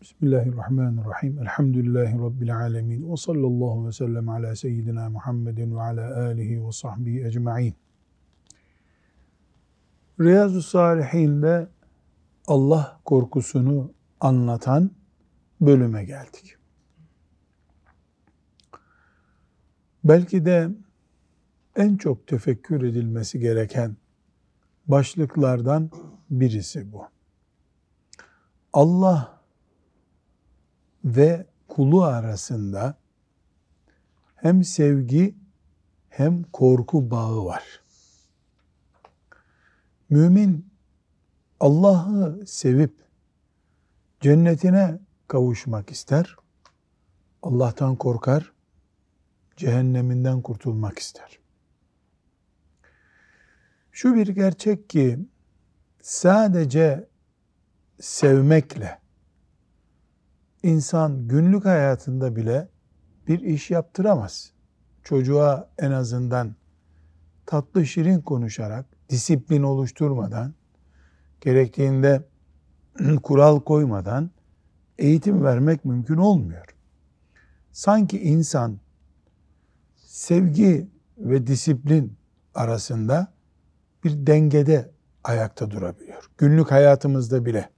Bismillahirrahmanirrahim. Elhamdülillahi Rabbil alemin. Ve sallallahu ve sellem ala seyyidina Muhammedin ve ala alihi ve sahbihi ecma'in. Riyazu Salihin'de Allah korkusunu anlatan bölüme geldik. Belki de en çok tefekkür edilmesi gereken başlıklardan birisi bu. Allah ve kulu arasında hem sevgi hem korku bağı var. Mümin Allah'ı sevip cennetine kavuşmak ister, Allah'tan korkar, cehenneminden kurtulmak ister. Şu bir gerçek ki sadece sevmekle İnsan günlük hayatında bile bir iş yaptıramaz. Çocuğa en azından tatlı şirin konuşarak, disiplin oluşturmadan, gerektiğinde kural koymadan eğitim vermek mümkün olmuyor. Sanki insan sevgi ve disiplin arasında bir dengede ayakta durabiliyor. Günlük hayatımızda bile.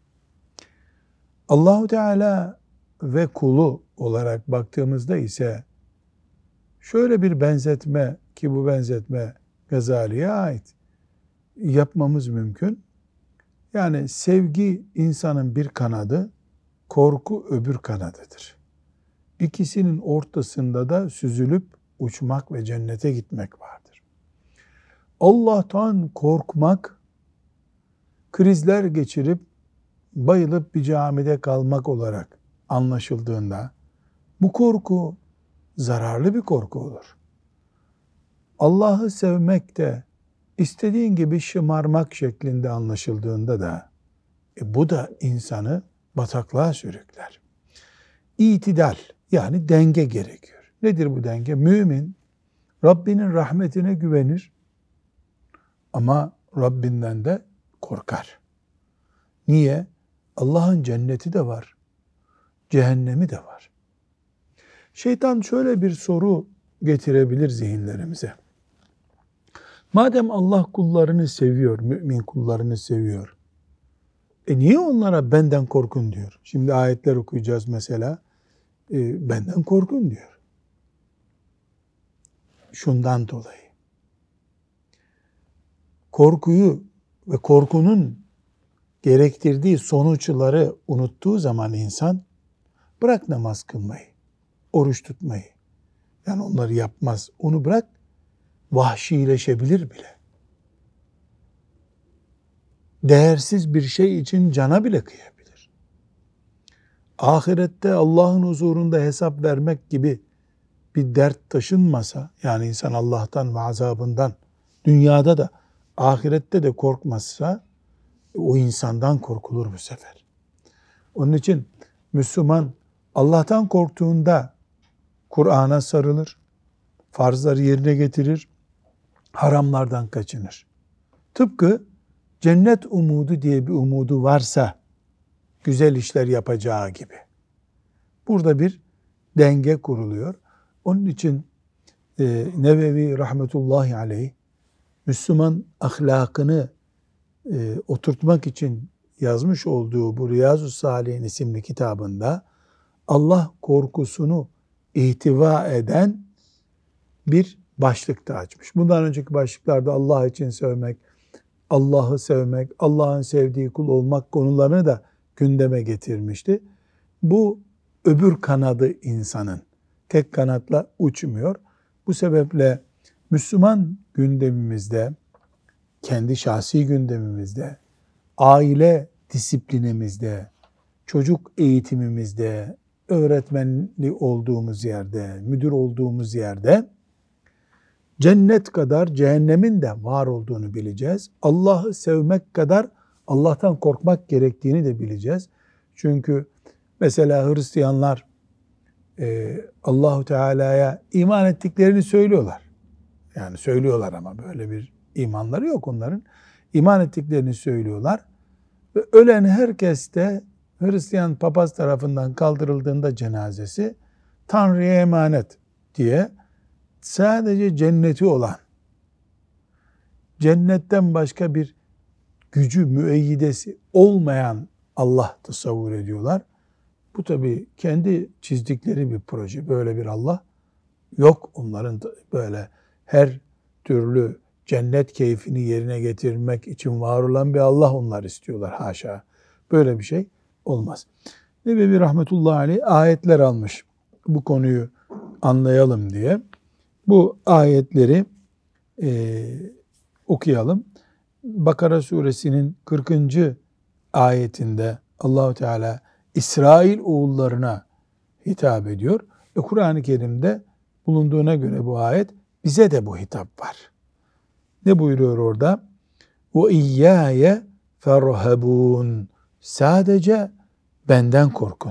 Allahu Teala ve kulu olarak baktığımızda ise şöyle bir benzetme, ki bu benzetme Gazali'ye ait, yapmamız mümkün. Yani sevgi insanın bir kanadı, korku öbür kanadıdır. İkisinin ortasında da süzülüp uçmak ve cennete gitmek vardır. Allah'tan korkmak, krizler geçirip bayılıp bir camide kalmak olarak anlaşıldığında bu korku zararlı bir korku olur. Allah'ı sevmek de istediğin gibi şımarmak şeklinde anlaşıldığında da bu da insanı bataklığa sürükler. İtidal, yani denge gerekiyor. Nedir bu denge? Mümin Rabbinin rahmetine güvenir ama Rabbinden de korkar. Niye? Allah'ın cenneti de var, cehennemi de var. Şeytan şöyle bir soru getirebilir zihinlerimize. Madem Allah kullarını seviyor, mümin kullarını seviyor, niye onlara benden korkun diyor? Şimdi ayetler okuyacağız mesela, benden korkun diyor. Şundan dolayı. Korkuyu ve korkunun gerektirdiği sonuçları unuttuğu zaman insan, bırak namaz kılmayı, oruç tutmayı, yani onları yapmaz, onu bırak, vahşileşebilir bile. Değersiz bir şey için cana bile kıyabilir. Ahirette Allah'ın huzurunda hesap vermek gibi bir dert taşınmasa, yani insan Allah'tan ve azabından dünyada da ahirette de korkmazsa, o insandan korkulur bu sefer. Onun için Müslüman Allah'tan korktuğunda Kur'an'a sarılır, farzları yerine getirir, haramlardan kaçınır. Tıpkı cennet umudu diye bir umudu varsa güzel işler yapacağı gibi. Burada bir denge kuruluyor. Onun için Nevevi rahmetullahi aleyh Müslüman ahlakını oturtmak için yazmış olduğu bu Riyazu Salihin isimli kitabında Allah korkusunu ihtiva eden bir başlık da açmış. Bundan önceki başlıklarda Allah için sevmek, Allah'ı sevmek, Allah'ın sevdiği kul olmak konularını da gündeme getirmişti. Bu öbür kanadı insanın, tek kanatla uçmuyor. Bu sebeple Müslüman gündemimizde, kendi şahsi gündemimizde, aile disiplinimizde, çocuk eğitimimizde, öğretmenli olduğumuz yerde, müdür olduğumuz yerde cennet kadar cehennemin de var olduğunu bileceğiz. Allah'ı sevmek kadar Allah'tan korkmak gerektiğini de bileceğiz. Çünkü mesela Hristiyanlar Allahu Teala'ya iman ettiklerini söylüyorlar. Yani söylüyorlar ama böyle bir imanları yok onların. İman ettiklerini söylüyorlar. Ve ölen herkes de Hristiyan papaz tarafından kaldırıldığında cenazesi Tanrı'ya emanet diye sadece cenneti olan, cennetten başka bir gücü müeyyidesi olmayan Allah tasavvur ediyorlar. Bu tabii kendi çizdikleri bir proje. Böyle bir Allah yok. Onların böyle her türlü cennet keyfini yerine getirmek için var olan bir Allah onlar istiyorlar. Haşa. Böyle bir şey olmaz. Nebevi rahmetullahi aleyh ayetler almış bu konuyu anlayalım diye. Bu ayetleri okuyalım. Bakara suresinin 40. ayetinde Allahu Teala İsrail oğullarına hitap ediyor. Kur'an-ı Kerim'de bulunduğuna göre bu ayet bize de bu hitap var. Ne buyuruyor orada? O iyyâye ferhabûn. Sadece benden korkun.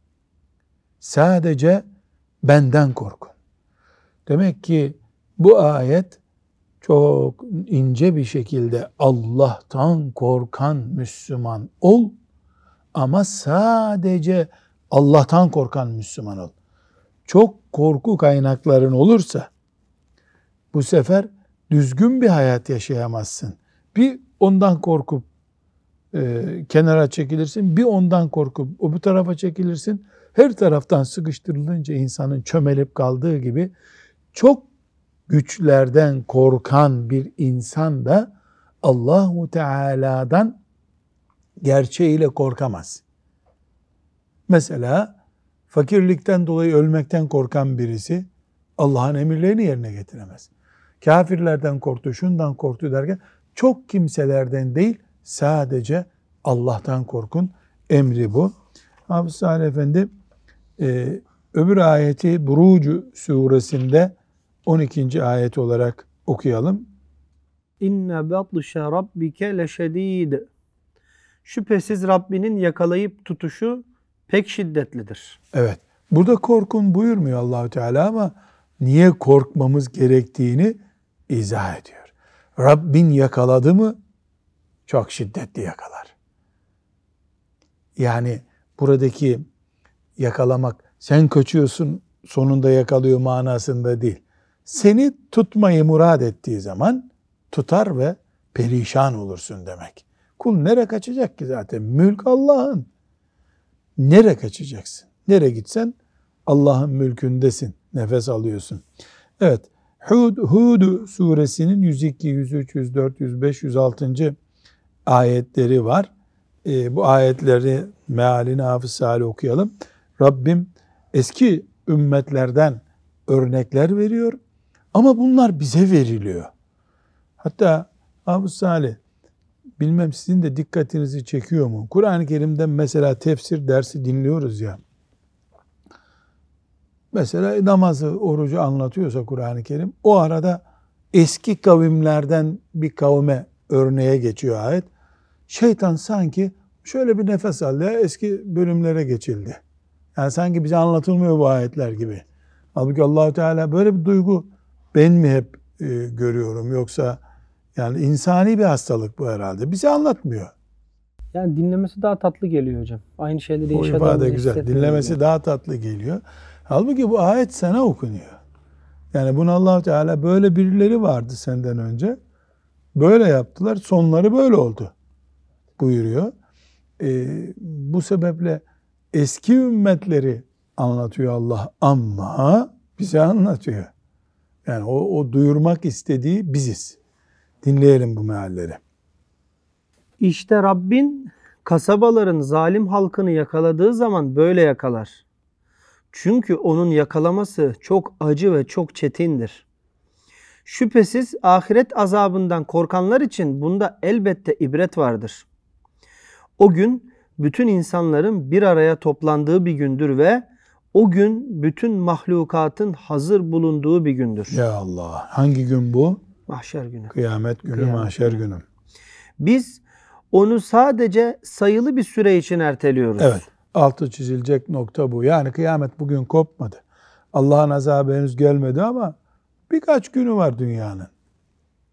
Sadece benden korkun. Demek ki bu ayet çok ince bir şekilde Allah'tan korkan Müslüman ol ama sadece Allah'tan korkan Müslüman ol. Çok korku kaynakların olursa bu sefer düzgün bir hayat yaşayamazsın. Bir ondan korkup kenara çekilirsin, bir ondan korkup o bu tarafa çekilirsin. Her taraftan sıkıştırılınca insanın çömelip kaldığı gibi çok güçlerden korkan bir insan da Allahu Teala'dan gerçeğiyle korkamaz. Mesela fakirlikten dolayı ölmekten korkan birisi Allah'ın emirlerini yerine getiremez. Kafirlerden korktu, şundan korktu derken çok kimselerden değil, sadece Allah'tan korkun emri bu. Hafız Salih Efendi öbür ayeti Buruc suresinde 12. ayet olarak okuyalım. İnne batşe rabbike leşedid. Şüphesiz Rabbinin yakalayıp tutuşu pek şiddetlidir. Evet. Burada korkun buyurmuyor Allahu Teala ama niye korkmamız gerektiğini izah ediyor. Rabbin yakaladı mı çok şiddetli yakalar. Yani buradaki yakalamak sen kaçıyorsun sonunda yakalıyor manasında değil. Seni tutmayı murad ettiği zaman tutar ve perişan olursun demek. Kul nereye kaçacak ki zaten? Mülk Allah'ın. Nereye kaçacaksın? Nereye gitsen Allah'ın mülkündesin. Nefes alıyorsun. Evet. Hud suresinin 102, 103, 104, 105, 106. ayetleri var. Bu ayetleri mealini Hafız Salih okuyalım. Rabbim eski ümmetlerden örnekler veriyor ama bunlar bize veriliyor. Hatta Hafız Salih, bilmem sizin de dikkatinizi çekiyor mu? Kur'an-ı Kerim'den mesela tefsir dersi dinliyoruz ya. Mesela namazı, orucu anlatıyorsa Kur'an-ı Kerim, o arada eski kavimlerden bir kavme örneğe geçiyor ayet. Şeytan sanki şöyle bir nefes aldı ya, eski bölümlere geçildi. Yani sanki bize anlatılmıyor bu ayetler gibi. Halbuki Allah-u Teala böyle bir duygu ben mi hep görüyorum yoksa yani insani bir hastalık bu herhalde. Bize anlatmıyor. Yani dinlemesi daha tatlı geliyor hocam. Aynı şeyleri O ifade güzel. Dinlemesi daha tatlı geliyor. Halbuki bu ayet sana okunuyor. Yani bunu Allah-u Teala böyle birileri vardı senden önce. Böyle yaptılar. Sonları böyle oldu buyuruyor. Bu sebeple eski ümmetleri anlatıyor Allah ama bize anlatıyor. Yani o duyurmak istediği biziz. Dinleyelim bu mealleri. İşte Rabbin kasabaların zalim halkını yakaladığı zaman böyle yakalar. Çünkü onun yakalaması çok acı ve çok çetindir. Şüphesiz ahiret azabından korkanlar için bunda elbette ibret vardır. O gün bütün insanların bir araya toplandığı bir gündür ve o gün bütün mahlukatın hazır bulunduğu bir gündür. Ya Allah! Hangi gün bu? Mahşer günü. Kıyamet günü, mahşer günü. Biz onu sadece sayılı bir süre için erteliyoruz. Evet. Altı çizilecek nokta bu. Yani kıyamet bugün kopmadı. Allah'ın azabı henüz gelmedi ama birkaç günü var dünyanın.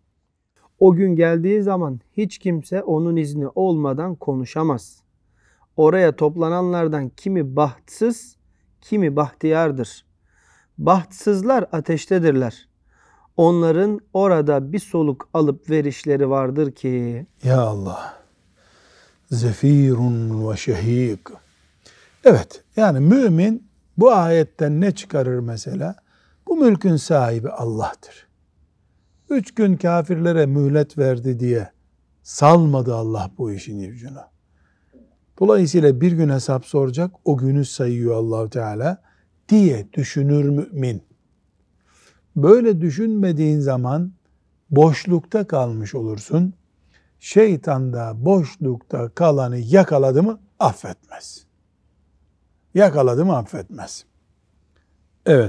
O gün geldiği zaman hiç kimse onun izni olmadan konuşamaz. oraya toplananlardan kimi bahtsız, kimi bahtiyardır. Bahtsızlar ateştedirler. Onların orada bir soluk alıp verişleri vardır ki. Ya Allah. Zefirun ve şehik. Evet, yani mümin bu ayetten ne çıkarır mesela? Bu mülkün sahibi Allah'tır. 3 gün kafirlere mühlet verdi diye salmadı Allah bu işin ucunu. Dolayısıyla bir gün hesap soracak, o günü sayıyor Allah Teala diye düşünür mümin. Böyle düşünmediğin zaman boşlukta kalmış olursun. Şeytan da boşlukta kalanı yakaladı mı affetmez. Yakaladı mı affetmez. Evet.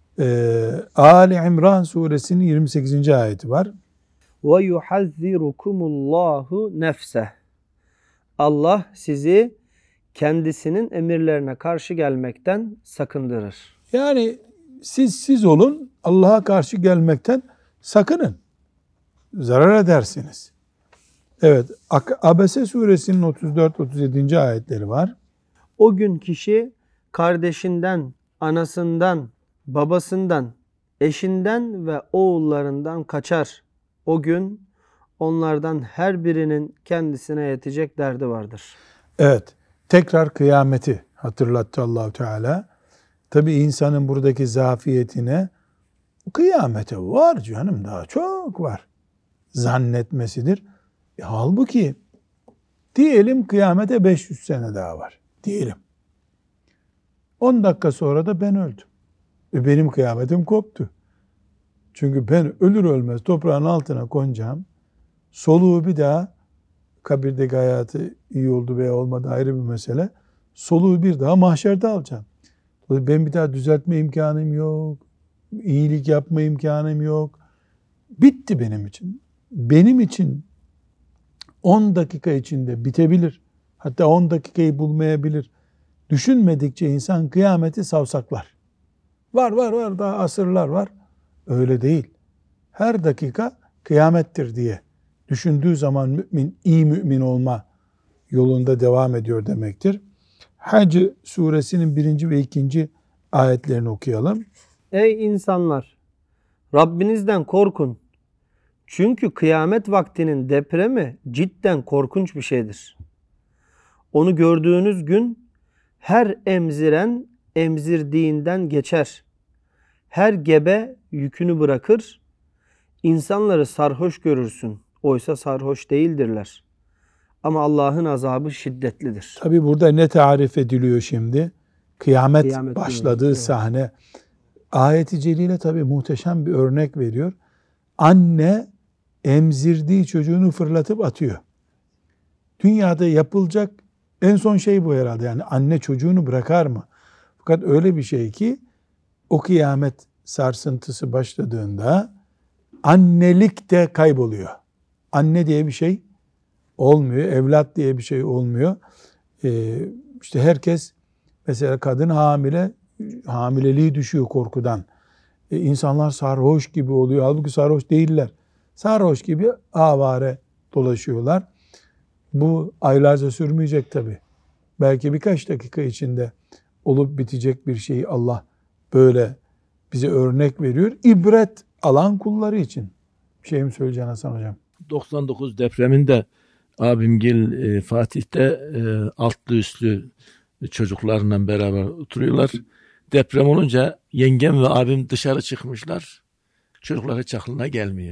Ali İmran suresinin 28. ayeti var. Ve yuhazzirukumullahu nefseh. Allah sizi kendisinin emirlerine karşı gelmekten sakındırır. Yani siz olun, Allah'a karşı gelmekten sakının. Zarar edersiniz. Evet, Abese suresinin 34-37. ayetleri var. O gün kişi kardeşinden, anasından, babasından, eşinden ve oğullarından kaçar. O gün onlardan her birinin kendisine yetecek derdi vardır. Evet, tekrar kıyameti hatırlattı Allah Teala. Tabii insanın buradaki zafiyetine kıyamete var canım, daha çok var zannetmesidir. Halbuki diyelim kıyamete 500 sene daha var. Diyelim. 10 dakika sonra da ben öldüm. Benim kıyametim koptu. Çünkü ben ölür ölmez toprağın altına konacağım. Soluğu bir daha, kabirdeki hayatı iyi oldu veya olmadı ayrı bir mesele. Soluğu bir daha mahşerde alacağım. Ben bir daha düzeltme imkanım yok. İyilik yapma imkanım yok. Bitti benim için. Benim için 10 dakika içinde bitebilir. Hatta 10 dakikayı bulmayabilir. Düşünmedikçe insan kıyameti savsaklar. Var daha asırlar var. Öyle değil. Her dakika kıyamettir diye düşündüğü zaman mümin iyi mümin olma yolunda devam ediyor demektir. Hac suresinin 1. ve 2. ayetlerini okuyalım. Ey insanlar! Rabbinizden korkun. Çünkü kıyamet vaktinin depremi cidden korkunç bir şeydir. Onu gördüğünüz gün her emziren emzirdiğinden geçer. Her gebe yükünü bırakır. İnsanları sarhoş görürsün. Oysa sarhoş değildirler. Ama Allah'ın azabı şiddetlidir. Tabi burada ne tarif ediliyor şimdi? Kıyamet başladığı evet. sahne. Ayet-i Celile tabi muhteşem bir örnek veriyor. Anne emzirdiği çocuğunu fırlatıp atıyor. Dünyada yapılacak en son şey bu herhalde. Yani anne çocuğunu bırakar mı? Fakat öyle bir şey ki o kıyamet sarsıntısı başladığında annelik de kayboluyor. Anne diye bir şey olmuyor. Evlat diye bir şey olmuyor. İşte herkes mesela kadın hamileliği düşüyor korkudan. İnsanlar sarhoş gibi oluyor. Halbuki sarhoş değiller. Sarhoş gibi avare dolaşıyorlar. Bu aylarca sürmeyecek tabii. Belki birkaç dakika içinde olup bitecek bir şeyi Allah böyle bize örnek veriyor. İbret alan kulları için. Bir şey mi söyleyeceksin Hasan Hocam? 99 depreminde abimgil Fatih'te altlı üstlü çocuklarla beraber oturuyorlar. Deprem olunca yengem ve abim dışarı çıkmışlar. Çocuklar hiç aklına gelmiyor.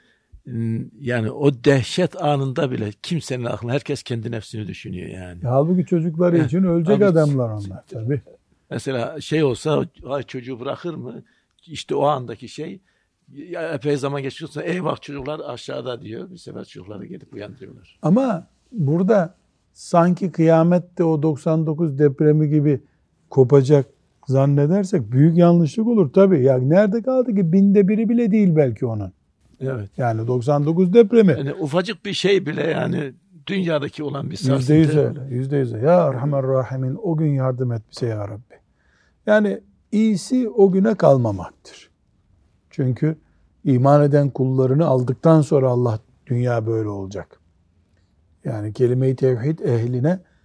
Yani o dehşet anında bile kimsenin aklına, herkes kendi nefsini düşünüyor yani. Halbuki çocukları için ölecek abi, adamlar onlar tabii. Mesela şey olsa çocuğu bırakır mı? İşte o andaki şey epey zaman geçiyorsa eyvah çocuklar aşağıda diyor. Bir sefer çocukları gelip uyandırıyorlar. Ama burada sanki kıyamette o 99 depremi gibi kopacak zannedersek büyük yanlışlık olur tabii. Ya nerede kaldı ki? 1/1000'i bile değil belki onun. Evet. Yani 99 depremi. Yani ufacık bir şey bile yani dünyadaki olan bir sarsıntı. %100 öyle. %100 öyle. Ya Erhamer Rahimin o gün yardım et bize ya Rabbi. Yani iyisi o güne kalmamaktır. Çünkü iman eden kullarını aldıktan sonra Allah dünya böyle olacak. Yani kelime-i tevhid ehline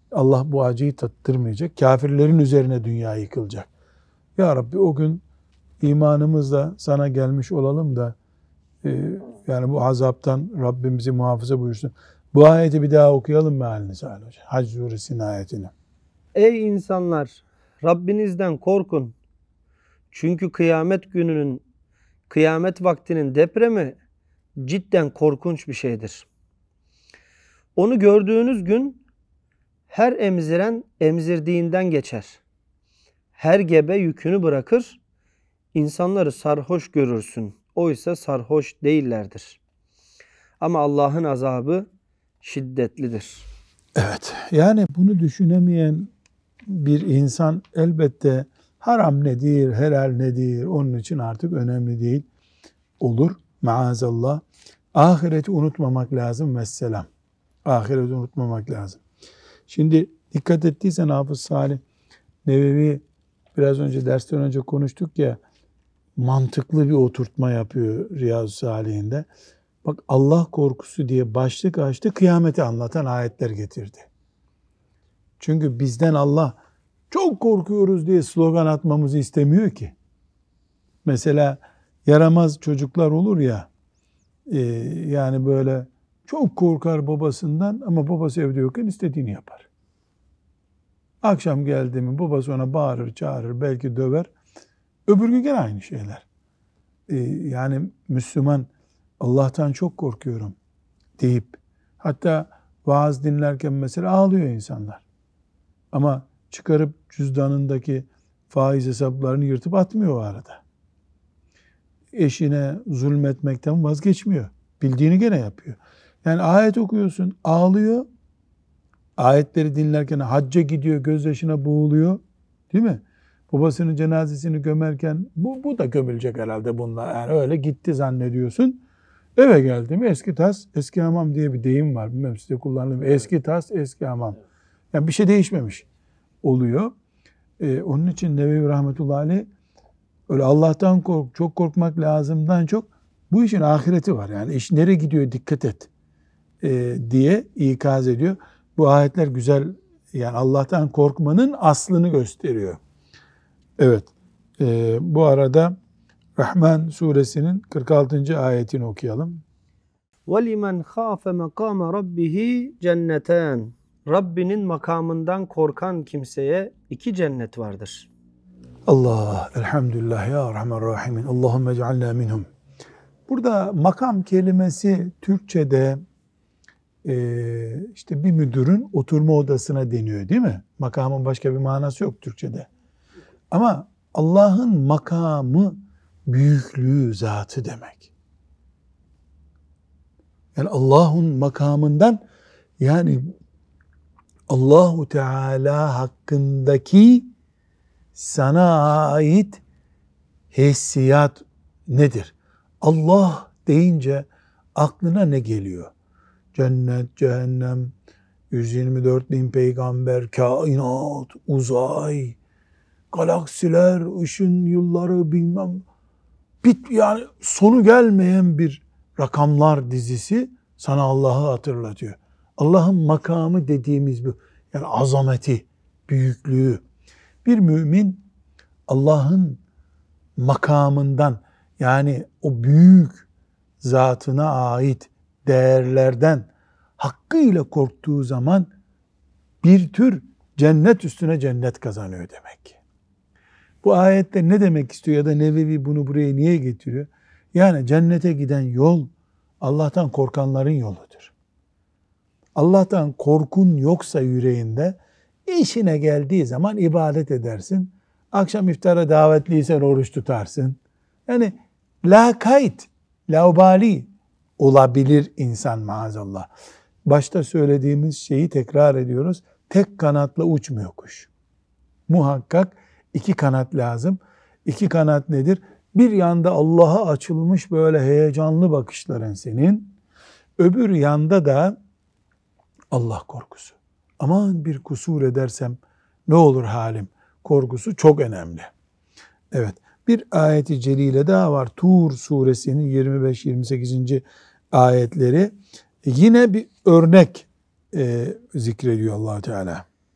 Allah bu acıyı tattırmayacak. Kafirlerin üzerine dünya yıkılacak. Ya Rabbi o gün imanımızla sana gelmiş olalım da yani bu azaptan Rabbimizi muhafaza buyursun. Bu ayeti bir daha okuyalım mı halinize hocam? Hac suresinin ayetini. Ey insanlar! Rabbinizden korkun. Çünkü kıyamet vaktinin depremi cidden korkunç bir şeydir. Onu gördüğünüz gün her emziren emzirdiğinden geçer. Her gebe yükünü bırakır. İnsanları sarhoş görürsün. Oysa sarhoş değillerdir. Ama Allah'ın azabı şiddetlidir. Evet. Yani bunu düşünemeyen bir insan elbette haram nedir, helal nedir onun için artık önemli değil olur. Maazallah. Ahireti unutmamak lazım. Vesselam. Ahireti unutmamak lazım. Şimdi dikkat ettiysen Hafız Salih Nevevi biraz önce dersten önce konuştuk ya, mantıklı bir oturtma yapıyor Riyazu Salih'inde. Bak Allah korkusu diye başlık açtı, kıyameti anlatan ayetler getirdi. Çünkü bizden Allah çok korkuyoruz diye slogan atmamızı istemiyor ki. Mesela yaramaz çocuklar olur ya, yani böyle çok korkar babasından ama babası evde yokken istediğini yapar. Akşam geldi mi babası ona bağırır, çağırır, belki döver. Öbür gün gene aynı şeyler. Yani Müslüman Allah'tan çok korkuyorum deyip, hatta vaaz dinlerken mesela ağlıyor insanlar. Ama çıkarıp cüzdanındaki faiz hesaplarını yırtıp atmıyor o arada. Eşine zulmetmekten vazgeçmiyor. Bildiğini gene yapıyor. Yani ayet okuyorsun, ağlıyor. Ayetleri dinlerken hacca gidiyor, gözyaşına boğuluyor. Değil mi? Babasının cenazesini gömerken bu da gömülecek herhalde bunlar. Yani öyle gitti zannediyorsun. Eve geldi mi eski tas, eski hamam diye bir deyim var. Bilmem size kullanılıyor. Eski tas, eski hamam. Yani bir şey değişmemiş oluyor. Onun için Nevevi rahmetullahi aleyh öyle Allah'tan kork, çok korkmak lazımdan çok bu işin ahireti var. Yani iş nereye gidiyor dikkat et diye ikaz ediyor. Bu ayetler güzel, yani Allah'tan korkmanın aslını gösteriyor. Evet, bu arada Rahman suresinin 46. ayetini okuyalım. وَلِمَنْ خَافَ مَقَامَ رَبِّهِ cenneten. Rabbinin makamından korkan kimseye 2 cennet vardır. Allah, elhamdülillah ya Rahman Rahimin. Allahümme cealna minhum. Burada makam kelimesi Türkçe'de işte bir müdürün oturma odasına deniyor değil mi? Makamın başka bir manası yok Türkçe'de. Ama Allah'ın makamı büyüklüğü, zatı demek. Yani Allah'ın makamından, yani Allahu Teala hakkındaki sana ait hissiyat nedir? Allah deyince aklına ne geliyor? Cennet, cehennem, 124 bin peygamber, kainat, uzay, galaksiler, ışın yılları bilmem, yani sonu gelmeyen bir rakamlar dizisi sana Allah'ı hatırlatıyor. Allah'ın makamı dediğimiz bu. Yani azameti, büyüklüğü. Bir mümin Allah'ın makamından, yani o büyük zatına ait değerlerden hakkıyla korktuğu zaman bir tür cennet üstüne cennet kazanıyor demek ki. Bu ayette ne demek istiyor ya da Nevevi bunu buraya niye getiriyor? Yani cennete giden yol Allah'tan korkanların yoludur. Allah'tan korkun yoksa yüreğinde, işine geldiği zaman ibadet edersin. Akşam iftara davetliysen oruç tutarsın. Yani lakayt, laubali olabilir insan maazallah. Başta söylediğimiz şeyi tekrar ediyoruz. Tek kanatla uçmuyor kuş. Muhakkak 2 kanat lazım. 2 kanat nedir? Bir yanda Allah'a açılmış böyle heyecanlı bakışların senin. Öbür yanda da Allah korkusu. Aman bir kusur edersem ne olur halim korkusu çok önemli. Evet, bir ayeti celile daha var. Tur suresinin 25-28. ayetleri. Yine bir örnek zikrediyor Allah Teala.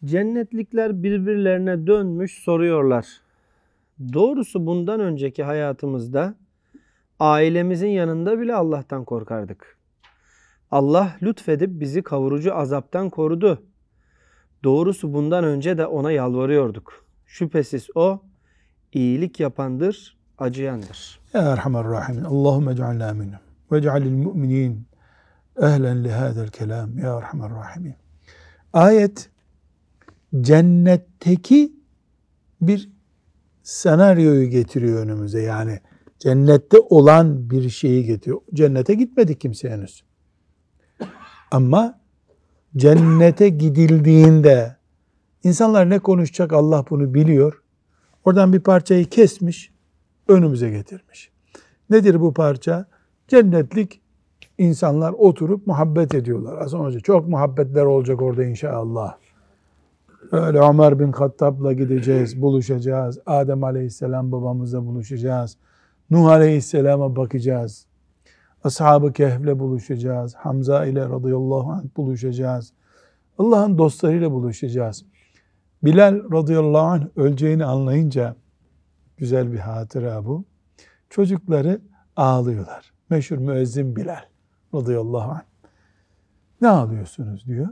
Cennetlikler birbirlerine dönmüş soruyorlar. Doğrusu bundan önceki hayatımızda ailemizin yanında bile Allah'tan korkardık. Allah lütfedip bizi kavurucu azaptan korudu. Doğrusu bundan önce de ona yalvarıyorduk. Şüphesiz o iyilik yapandır, acıyandır. Ya Erhamer Rahimin. Allahümme ec'alna minhum. Ve ec'alil mu'minin ehlen lihâzel kelam. Ya Erhamer Rahimin. Ayet cennetteki bir senaryoyu getiriyor önümüze. Yani cennette olan bir şeyi getiriyor. Cennete gitmedik kimse henüz. Ama cennete gidildiğinde insanlar ne konuşacak Allah bunu biliyor. Oradan bir parçayı kesmiş, önümüze getirmiş. Nedir bu parça? Cennetlik insanlar oturup muhabbet ediyorlar. Hasan Hoca, çok muhabbetler olacak orada inşallah. Öyle Ömer bin Hattab'la gideceğiz, buluşacağız. Adem Aleyhisselam babamızla buluşacağız. Nuh Aleyhisselam'a bakacağız. Ashab-ı Kehf'le buluşacağız. Hamza ile radıyallahu anh buluşacağız. Allah'ın dostlarıyla buluşacağız. Bilal radıyallahu anh öleceğini anlayınca, güzel bir hatıra bu. Çocukları ağlıyorlar. Meşhur müezzin Bilal radıyallahu anh. Ne ağlıyorsunuz diyor.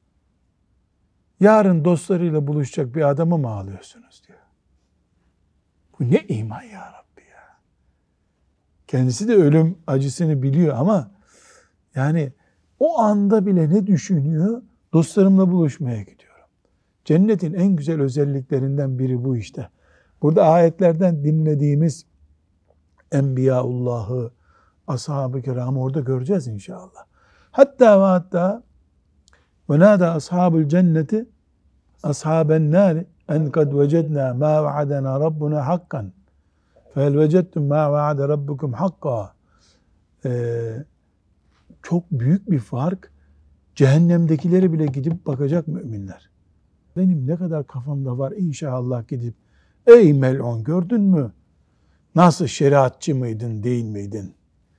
Yarın dostlarıyla buluşacak bir adamı mı ağlıyorsunuz diyor. Bu ne iman ya Rabbi ya. Kendisi de ölüm acısını biliyor ama yani o anda bile ne düşünüyor? Dostlarımla buluşmaya gidiyorum. Cennetin en güzel özelliklerinden biri bu işte. Burada ayetlerden dinlediğimiz Enbiyaullah'ı, ashab-ı kiramı orada göreceğiz inşallah. Hatta ve hatta ve nâdâ ashabul cenneti ashaben nâri en kad vecednâ mâ vaadena rabbuna hakkan fehel vecedtum mâ vaade rabbukum hakka. Çok büyük bir fark. Cehennemdekileri bile gidip bakacak müminler. Benim ne kadar kafamda var inşallah gidip, ey mel'un gördün mü? Nasıl şeriatçı mıydın değil miydin?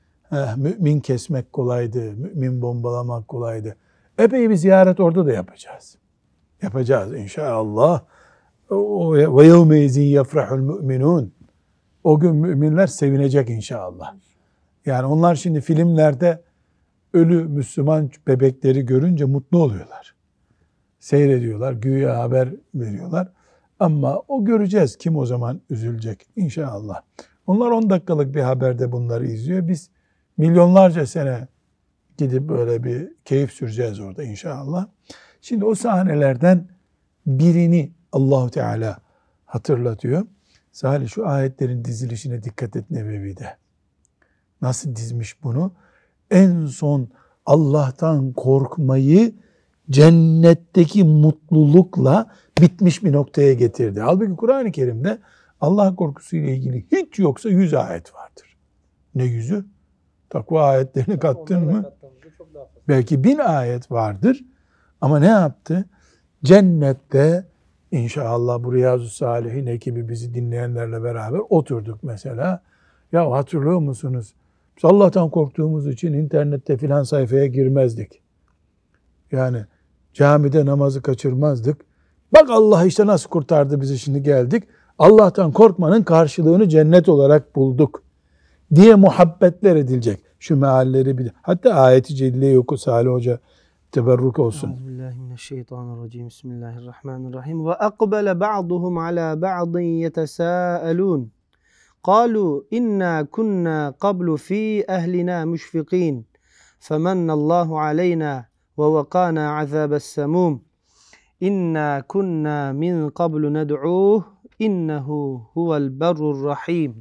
Mümin kesmek kolaydı, mümin bombalamak kolaydı. Epey bir ziyaret orada da yapacağız. Yapacağız inşallah. Ve yevme izin yefrahul müminun. O gün müminler sevinecek inşallah. Yani onlar şimdi filmlerde ölü Müslüman bebekleri görünce mutlu oluyorlar. Seyrediyorlar, güya haber veriyorlar. Ama o göreceğiz kim o zaman üzülecek inşallah. Onlar 10 dakikalık bir haberde bunları izliyor. Biz milyonlarca sene gidip böyle bir keyif süreceğiz orada inşallah. Şimdi o sahnelerden birini Allah-u Teala hatırlatıyor. Salih şu ayetlerin dizilişine dikkat et Nebevi'de. Nasıl dizmiş bunu? En son Allah'tan korkmayı cennetteki mutlulukla bitmiş bir noktaya getirdi. Halbuki Kur'an-ı Kerim'de Allah korkusuyla ilgili hiç yoksa 100 ayet vardır. Ne 100'ü? Takva ayetlerini kattın mı? Belki 1000 ayet vardır. Ama ne yaptı? Cennette inşallah bu Riyazu Salihin ekibi bizi dinleyenlerle beraber oturduk mesela. Ya hatırlıyor musunuz? Biz Allah'tan korktuğumuz için internette filan sayfaya girmezdik. Yani camide namazı kaçırmazdık. Bak Allah işte nasıl kurtardı bizi, şimdi geldik. Allah'tan korkmanın karşılığını cennet olarak bulduk diye muhabbetler edilecek. Şu mealleri bir de. Hatta ayeti celleyi oku Salih Hoca, teberruk olsun. Euzubillahimineşşeytanirracim. Bismillahirrahmanirrahim. Ve akbele ba'duhum ala ba'din yetesâelûn. قالوا إنا كنا قبل في أهلنا مشفقين فمن الله علينا ووقانا عذاب السموم إنا كنا من قبل ندعوه إنه هو البر الرحيم.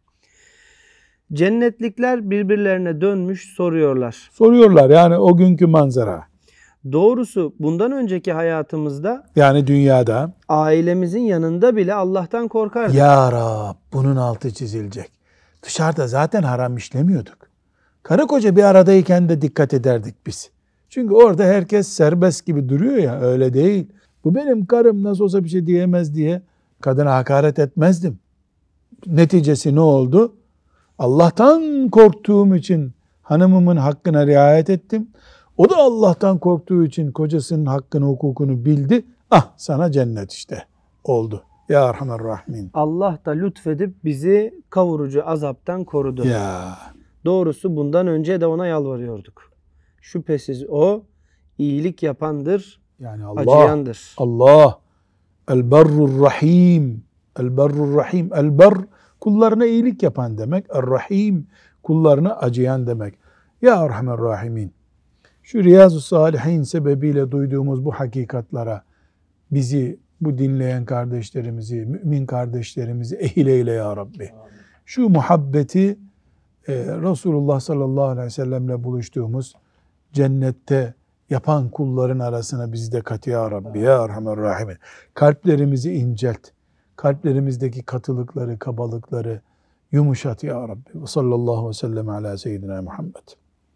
Cennetlikler birbirlerine dönmüş soruyorlar. Soruyorlar yani o günkü manzara. Doğrusu bundan önceki hayatımızda yani dünyada ailemizin yanında bile Allah'tan korkardık. Ya Rab bunun altı çizilecek. Dışarıda zaten haram işlemiyorduk. Karı koca bir aradayken de dikkat ederdik biz. Çünkü orada herkes serbest gibi duruyor ya, öyle değil. Bu benim karım, nasıl olsa bir şey diyemez diye kadına hakaret etmezdim. Neticesi ne oldu? Allah'tan korktuğum için hanımımın hakkına riayet ettim. O da Allah'tan korktuğu için kocasının hakkını, hukukunu bildi. Ah sana cennet işte oldu. Ya Erhamer Rahimin. Allah da lütfedip bizi kavurucu azaptan korudu. Ya Doğrusu bundan önce de ona yalvarıyorduk. Şüphesiz o iyilik yapandır, yani Allah acıyandır. Allah El-Berrur Rahim. El-Berrur Rahim. El-Ber kullarına iyilik yapan demek. El-Rahim kullarına acıyan demek. Ya Erhamer Rahimin. Şu Riyazu Salihin sebebiyle duyduğumuz bu hakikatlara bizi, bu dinleyen kardeşlerimizi, mümin kardeşlerimizi ehil eyle ya Rabbi. Şu muhabbeti Resulullah sallallahu aleyhi ve sellemle buluştuğumuz cennette yapan kulların arasına bizi de kat ya Rabbi ya Erhamer Rahimin. Kalplerimizi incelt. Kalplerimizdeki katılıkları, kabalıkları yumuşat ya Rabbi. Ve sallallahu aleyhi ve sellem ala seyyidina Muhammed.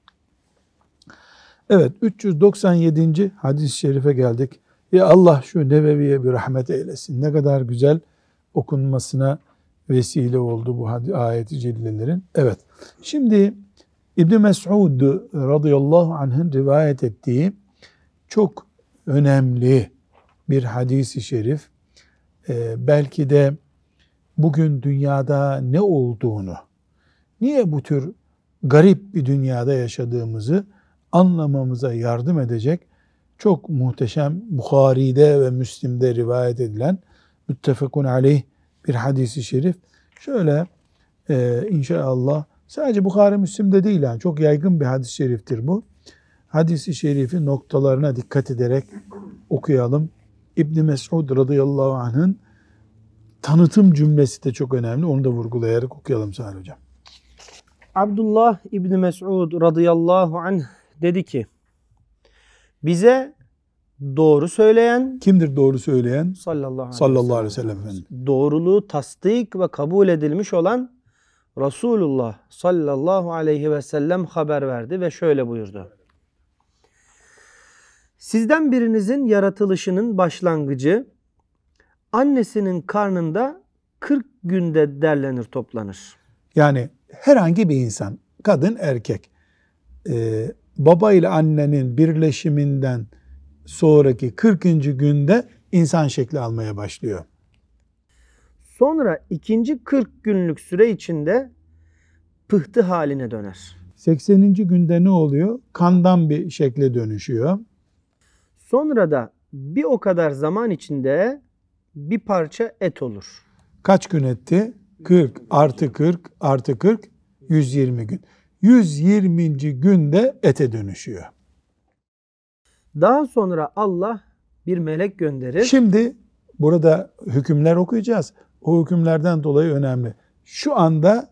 Evet, 397. hadis-i şerife geldik. Ya Allah şu Nebevi'ye bir rahmet eylesin. Ne kadar güzel okunmasına vesile oldu bu ayet-i cellelerin. Evet. Şimdi İbn Mes'ud radıyallahu anh'ın rivayet ettiği çok önemli bir hadis-i şerif. Belki de bugün dünyada ne olduğunu, niye bu tür garip bir dünyada yaşadığımızı anlamamıza yardım edecek çok muhteşem Bukhari'de ve Müslim'de rivayet edilen müttefekun aleyh bir hadis-i şerif. Şöyle inşallah sadece Bukhari Müslim'de değil, yani çok yaygın bir hadis-i şeriftir bu. Hadis-i şerifin noktalarına dikkat ederek okuyalım. İbn Mes'ud radıyallahu anh'ın tanıtım cümlesi de çok önemli. Onu da vurgulayarak okuyalım Salih Hocam. Abdullah İbni Mes'ud radıyallahu anh dedi ki, bize doğru söyleyen, Kimdir doğru söyleyen? sallallahu aleyhi ve sellem Efendimiz. doğruluğu tasdik ve kabul edilmiş olan Resulullah sallallahu aleyhi ve sellem haber verdi ve şöyle buyurdu. Sizden birinizin yaratılışının başlangıcı annesinin karnında 40 günde derlenir, toplanır. Yani herhangi bir insan, kadın erkek, baba ile annenin birleşiminden sonraki 40. günde insan şekli almaya başlıyor. Sonra ikinci 40 günlük süre içinde pıhtı haline döner. 80. günde ne oluyor? Kandan bir şekle dönüşüyor. Sonra da bir o kadar zaman içinde bir parça et olur. Kaç gün etti? 40 artı 40 artı 40 120 gün. 120. günde ete dönüşüyor. Daha sonra Allah bir melek gönderir. Şimdi burada hükümler okuyacağız. O hükümlerden dolayı önemli. Şu anda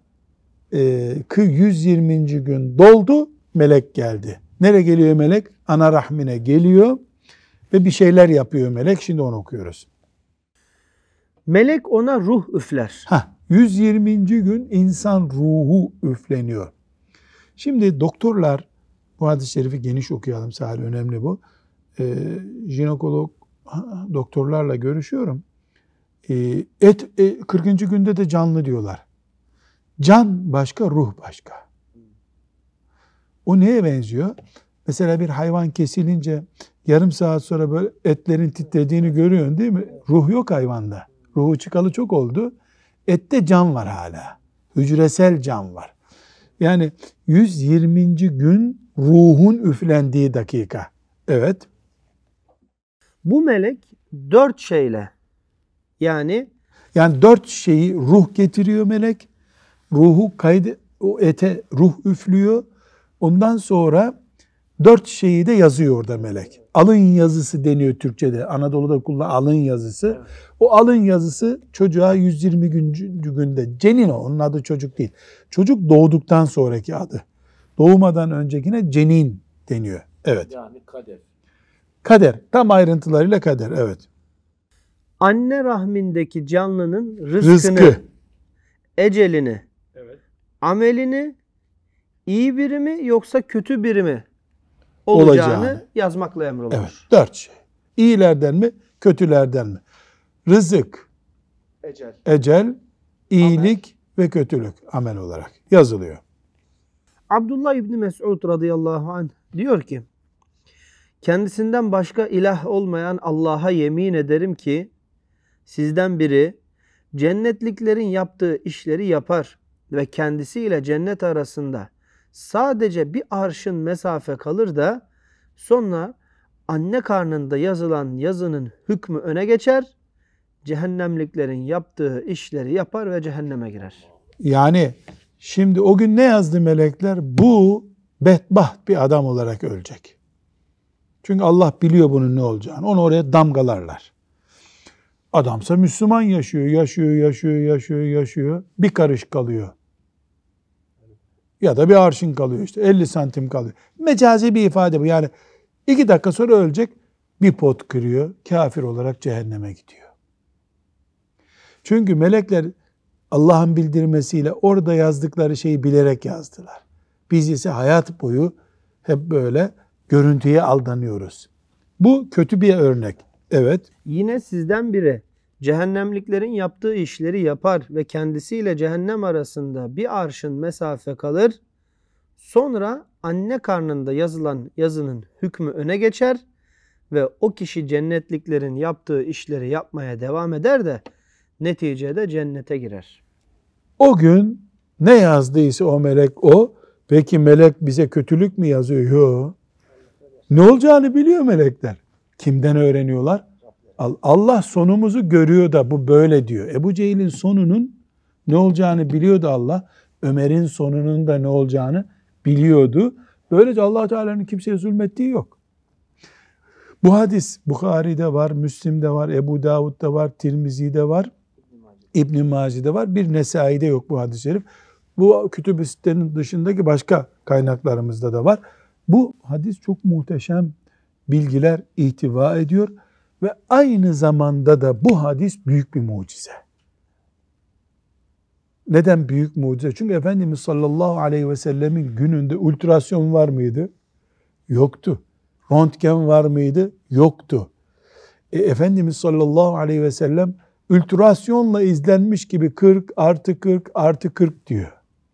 120. gün doldu, melek geldi. Nereye geliyor melek? Ana rahmine geliyor ve bir şeyler yapıyor melek. Şimdi onu okuyoruz. Melek ona ruh üfler. 120. gün insan ruhu üfleniyor. Şimdi doktorlar, bu hadis-i şerifi geniş okuyalım, sadece önemli bu. Jinekolog doktorlarla görüşüyorum. 40. günde de canlı diyorlar. Can başka, ruh başka. O neye benziyor? Mesela bir hayvan kesilince yarım saat sonra böyle etlerin titrediğini görüyorsun değil mi? Ruh yok hayvanda. Ruhu çıkalı çok oldu. Ette can var hala. Hücresel can var. Yani 120. gün ruhun üflendiği dakika. Evet. Bu melek 4 şeyle, yani 4 şeyi ruh getiriyor melek. Ruhu o ete ruh üflüyor. Ondan sonra 4 şeyi de yazıyor orada melek. Alın yazısı deniyor Türkçe'de. Anadolu'da kullanılan alın yazısı. Evet. O alın yazısı çocuğa 120. günde. Cenin o. Onun adı çocuk değil. Çocuk doğduktan sonraki adı. Doğmadan öncekine cenin deniyor. Evet. Yani kader. Kader. Tam ayrıntılarıyla kader. Evet. Anne rahmindeki canlının rızkını, ecelini, evet, amelini, iyi biri mi yoksa kötü biri mi olacağını yazmakla emrolunur. Evet. 4 şey. İyilerden mi, kötülerden mi? Rızık, ecel, iyilik ve kötülük amel olarak yazılıyor. Abdullah İbni Mes'ud radıyallahu anh diyor ki, Kendisinden başka ilah olmayan Allah'a yemin ederim ki sizden biri cennetliklerin yaptığı işleri yapar ve kendisiyle cennet arasında sadece bir arşın mesafe kalır da sonra anne karnında yazılan yazının hükmü öne geçer, cehennemliklerin yaptığı işleri yapar ve cehenneme girer. Yani şimdi o gün ne yazdı melekler? Bu bedbaht bir adam olarak ölecek. Çünkü Allah biliyor bunun ne olacağını. Onu oraya damgalarlar. Adamsa Müslüman yaşıyor. Bir karış kalıyor. Ya da bir arşın kalıyor işte. 50 santim kalıyor. Mecazi bir ifade bu. Yani 2 dakika sonra ölecek. Bir pot kırıyor. Kafir olarak cehenneme gidiyor. Çünkü melekler Allah'ın bildirmesiyle orada yazdıkları şeyi bilerek yazdılar. Biz ise hayat boyu hep böyle görüntüye aldanıyoruz. Bu kötü bir örnek. Evet. Yine sizden biri cehennemliklerin yaptığı işleri yapar ve kendisiyle cehennem arasında bir arşın mesafe kalır. Sonra anne karnında yazılan yazının hükmü öne geçer ve o kişi cennetliklerin yaptığı işleri yapmaya devam eder de neticede cennete girer. O gün ne yazdıysa o melek o. Peki melek bize kötülük mü yazıyor? Yok. Ne olacağını biliyor melekler. Kimden öğreniyorlar? Allah sonumuzu görüyor da bu böyle diyor. Ebu Cehil'in sonunun ne olacağını biliyordu Allah. Ömer'in sonunun da ne olacağını biliyordu. Böylece Allah Teala'nın kimseye zulmettiği yok. Bu hadis Bukhari'de var, Müslim'de var, Ebu Davud'da var, Tirmizi'de var, İbn-i Maci'de var. Bir Nesai'de yok bu hadis-i şerif. Bu kütüb-i sittenin dışındaki başka kaynaklarımızda da var. Bu hadis çok muhteşem bilgiler ihtiva ediyor ve aynı zamanda da bu hadis büyük bir mucize. Neden büyük mucize? Çünkü Efendimiz sallallahu aleyhi ve sellemin gününde ultrasyon var mıydı? Yoktu. Röntgen var mıydı? Yoktu. Efendimiz sallallahu aleyhi ve sellem ultrasyonla izlenmiş gibi 40 artı 40 artı 40 diyor.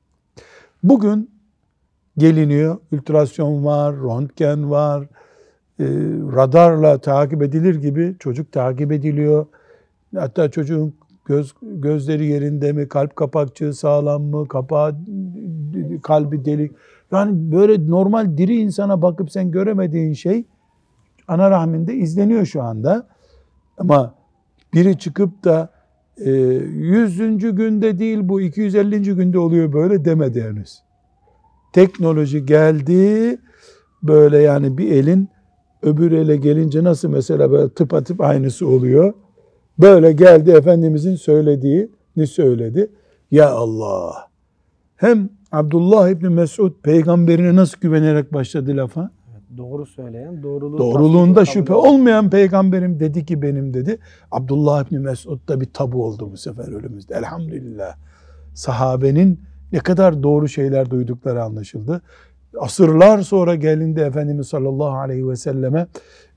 Bugün geliniyor, ultrasyon var, röntgen var, radarla takip edilir gibi çocuk takip ediliyor. Hatta çocuğun gözleri yerinde mi, kalp kapakçığı sağlam mı, kapağı, kalbi delik. Yani böyle normal diri insana bakıp sen göremediğin şey ana rahminde izleniyor şu anda. Ama biri çıkıp da 100. günde değil bu 250. günde oluyor böyle demedi henüz. Teknoloji geldi böyle, yani bir elin öbür ele gelince nasıl mesela böyle tıpatıp aynısı oluyor. Böyle geldi, Efendimizin söylediğini söyledi. Ya Allah! Hem Abdullah İbni Mesud peygamberine nasıl güvenerek başladı lafa? Doğru söyleyen, Doğruluğunda şüphe olmayan peygamberim dedi ki benim dedi. Abdullah İbni Mesud da bir tabu oldu bu sefer önümüzde. Elhamdülillah. Sahabenin ne kadar doğru şeyler duydukları anlaşıldı. Asırlar sonra gelindi Efendimiz sallallahu aleyhi ve selleme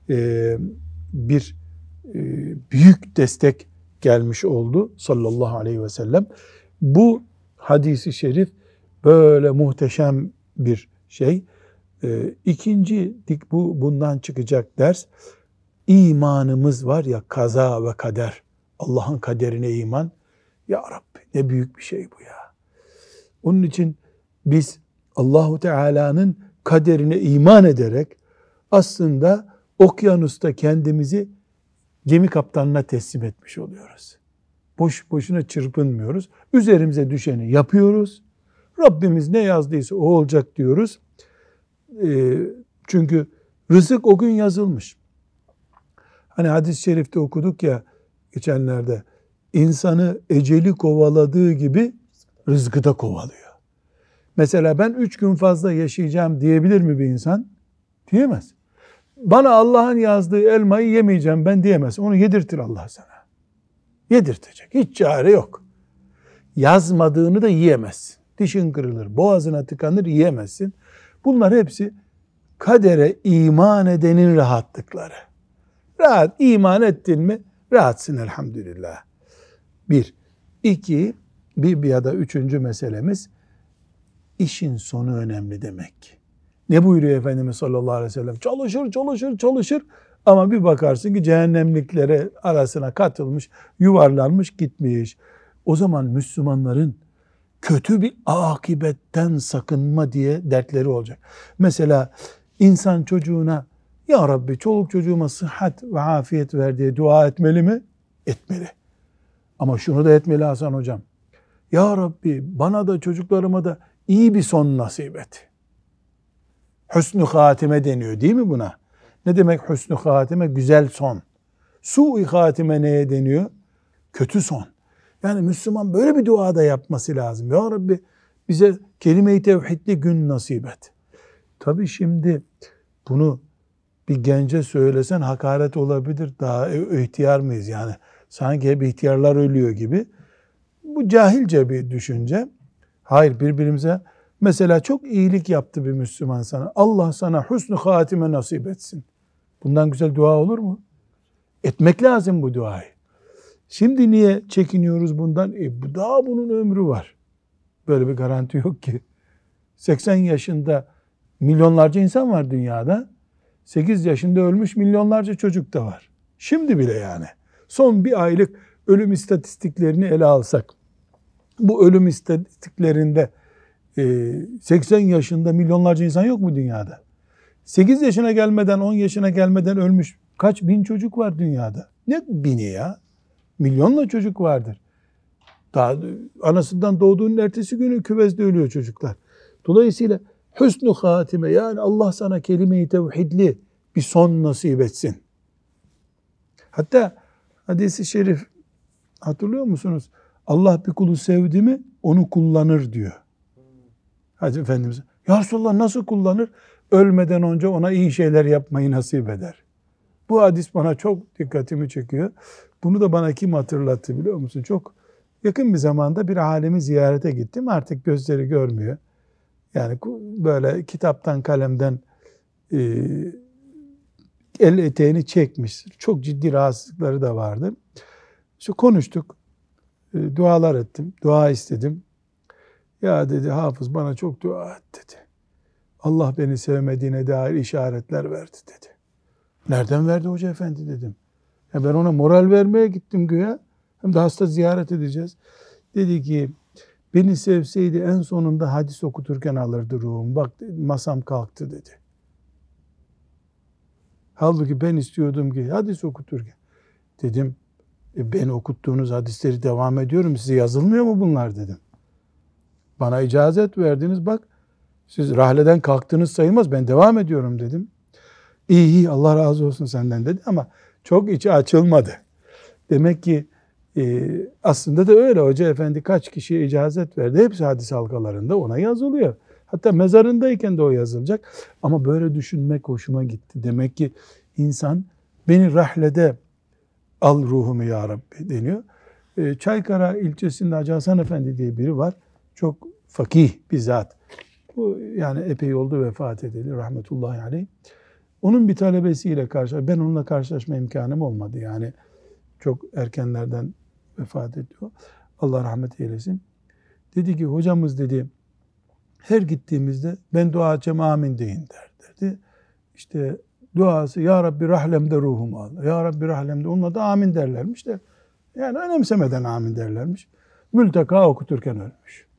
bir büyük destek gelmiş oldu sallallahu aleyhi ve sellem. Bu hadisi şerif böyle muhteşem bir şey. İkinci bundan çıkacak ders, imanımız var ya, kaza ve kader, Allah'ın kaderine iman. Ya Rabbi ne büyük bir şey bu ya. Onun için biz Allahu Teala'nın kaderine iman ederek aslında okyanusta kendimizi gemi kaptanına teslim etmiş oluyoruz. Boş boşuna çırpınmıyoruz. Üzerimize düşeni yapıyoruz. Rabbimiz ne yazdıysa o olacak diyoruz. Çünkü rızık o gün yazılmış. Hani hadis-i şerifte okuduk ya geçenlerde, insanı eceli kovaladığı gibi rızkı da kovalıyor. Mesela ben 3 gün fazla yaşayacağım diyebilir mi bir insan? Diyemez. Bana Allah'ın yazdığı elmayı yemeyeceğim ben diyemez. Onu yedirtir Allah sana. Yedirtecek. Hiç çare yok. Yazmadığını da yiyemezsin. Dişin kırılır, boğazına tıkanır, yiyemezsin. Bunlar hepsi kadere iman edenin rahatlıkları. Rahat iman ettin mi rahatsın elhamdülillah. Bir. İki, bir ya da üçüncü meselemiz, işin sonu önemli demek. Ne buyuruyor Efendimiz sallallahu aleyhi ve sellem? Çalışır, çalışır, çalışır ama bir bakarsın ki cehennemliklere arasına katılmış, yuvarlanmış gitmiş. O zaman Müslümanların kötü bir akibetten sakınma diye dertleri olacak. Mesela insan çocuğuna ya Rabbi çoluk çocuğuma sıhhat ve afiyet ver diye dua etmeli mi? Etmeli. Ama şunu da etmeli Hasan hocam. Ya Rabbi bana da çocuklarıma da iyi bir son nasip et. Hüsnü hatime deniyor değil mi buna? Ne demek hüsnü hatime? Güzel son. Su-i hatime neye deniyor? Kötü son. Yani Müslüman böyle bir dua da yapması lazım. Ya Rabbi bize kelime-i tevhidli gün nasip et. Tabii şimdi bunu bir gence söylesen hakaret olabilir. Daha ihtiyar mıyız yani? Sanki hep ihtiyarlar ölüyor gibi. Bu cahilce bir düşünce. Hayır, birbirimize mesela çok iyilik yaptı bir Müslüman sana. Allah sana husnü hatime nasip etsin. Bundan güzel dua olur mu? Etmek lazım bu duayı. Şimdi niye çekiniyoruz bundan? Daha bunun ömrü var. Böyle bir garanti yok ki. 80 yaşında milyonlarca insan var dünyada. 8 yaşında ölmüş milyonlarca çocuk da var. Şimdi bile yani. Son bir aylık ölüm istatistiklerini ele alsak. Bu ölüm istatistiklerinde 80 yaşında milyonlarca insan yok mu dünyada? 8 yaşına gelmeden 10 yaşına gelmeden ölmüş kaç bin çocuk var dünyada? Ne bini ya? Milyonla çocuk vardır. Daha anasından doğduğunun ertesi günü küvezde ölüyor çocuklar. Dolayısıyla hüsnü hatime yani Allah sana kelime-i tevhidli bir son nasip etsin. Hatta hadis-i şerif hatırlıyor musunuz? Allah bir kulu sevdi mi onu kullanır diyor. Hadi Efendimiz. Ya Resulallah nasıl kullanır? Ölmeden önce ona iyi şeyler yapmayı nasip eder. Bu hadis bana çok dikkatimi çekiyor. Bunu da bana kim hatırlattı biliyor musun? Çok yakın bir zamanda bir alemi ziyarete gittim. Artık gözleri görmüyor. Yani böyle kitaptan kalemden el eteğini çekmiş. Çok ciddi rahatsızlıkları da vardı. İşte konuştuk. Dualar ettim. Dua istedim. Ya dedi Hafız bana çok dua et dedi. Allah beni sevmediğine dair işaretler verdi dedi. Nereden verdi hoca efendi dedim. Ya ben ona moral vermeye gittim güya. Hem de hasta ziyaret edeceğiz. Dedi ki beni sevseydi en sonunda hadis okuturken alırdı ruhum. Bak masam kalktı dedi. Halbuki ben istiyordum ki hadis okuturken. Dedim ben okuttuğunuz hadisleri devam ediyorum. Size yazılmıyor mu bunlar dedim. Bana icazet verdiniz bak. Siz rahleden kalktınız sayılmaz. Ben devam ediyorum dedim. İyi Allah razı olsun senden dedi ama çok içi açılmadı. Demek ki aslında da öyle. Hoca efendi kaç kişiye icazet verdi. Hepsi hadis halkalarında ona yazılıyor. Hatta mezarındayken de o yazılacak. Ama böyle düşünmek hoşuma gitti. Demek ki insan beni rahlede al ruhumu ya Rabbi deniyor. Çaykara ilçesinde Hacı Hasan Efendi diye biri var. Çok fakih bir zat. Bu yani epey oldu vefat edildi rahmetullahi aleyh. Onun bir talebesiyle ben onunla karşılaşma imkanım olmadı. Yani çok erkenlerden vefat ediyor. Allah rahmet eylesin. Dedi ki hocamız dedi her gittiğimizde ben dua edeceğim amin deyin der dedi. İşte duası ya Rabbi rahlemde ruhumu al. Ya Rabbi rahlemde onunla da amin derlermiş de. Yani önemsemeden amin derlermiş. Mülteka okuturken ölmüş.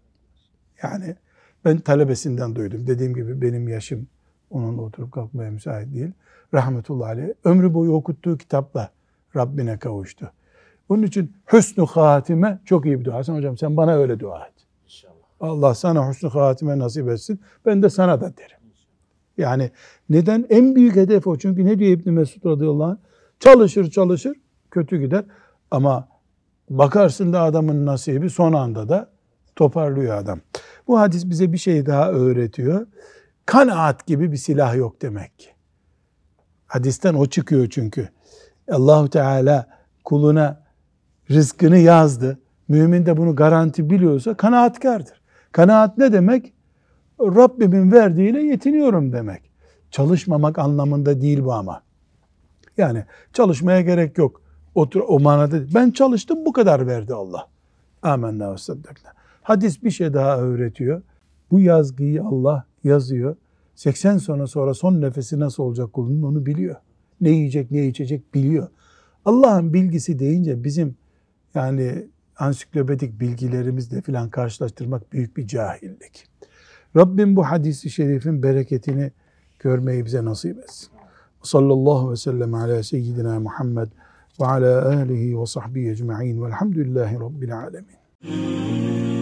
Yani ben talebesinden duydum. Dediğim gibi benim yaşım onunla oturup kalkmaya müsait değil. Rahmetullahi aleyh. Ömrü boyu okuttuğu kitapla Rabbine kavuştu. Onun için hüsnü hatime çok iyi bir dua. Hasan hocam sen bana öyle dua et. İnşallah. Allah sana hüsnü hatime nasip etsin. Ben de sana da derim. Yani neden? En büyük hedef o. Çünkü ne diyor İbn Mesud radıyallahu anh? Çalışır, kötü gider. Ama bakarsın da adamın nasibi son anda da toparlıyor adam. Bu hadis bize bir şey daha öğretiyor. Kanaat gibi bir silah yok demek ki. Hadisten o çıkıyor çünkü. Allah-u Teala kuluna rızkını yazdı. Mümin de bunu garanti biliyorsa kanaatkardır. Kanaat ne demek? Rabbimin verdiğiyle yetiniyorum demek. Çalışmamak anlamında değil bu ama. Yani çalışmaya gerek yok. O manada ben çalıştım bu kadar verdi Allah. Amenna ve saddakna. Hadis bir şey daha öğretiyor. Bu yazgıyı Allah yazıyor 80 sene sonra son nefesi nasıl olacak kulunun onu biliyor. Ne yiyecek, ne içecek biliyor. Allah'ın bilgisi deyince bizim yani ansiklopedik bilgilerimizle filan karşılaştırmak büyük bir cahillik. Rabbim bu hadisi şerifin bereketini görmeyi bize nasip etsin. Sallallahu aleyhi ve sellem ala seyyidina Muhammed ve ala alihi ve sahbihi ecma'in velhamdülillahi rabbil alemin.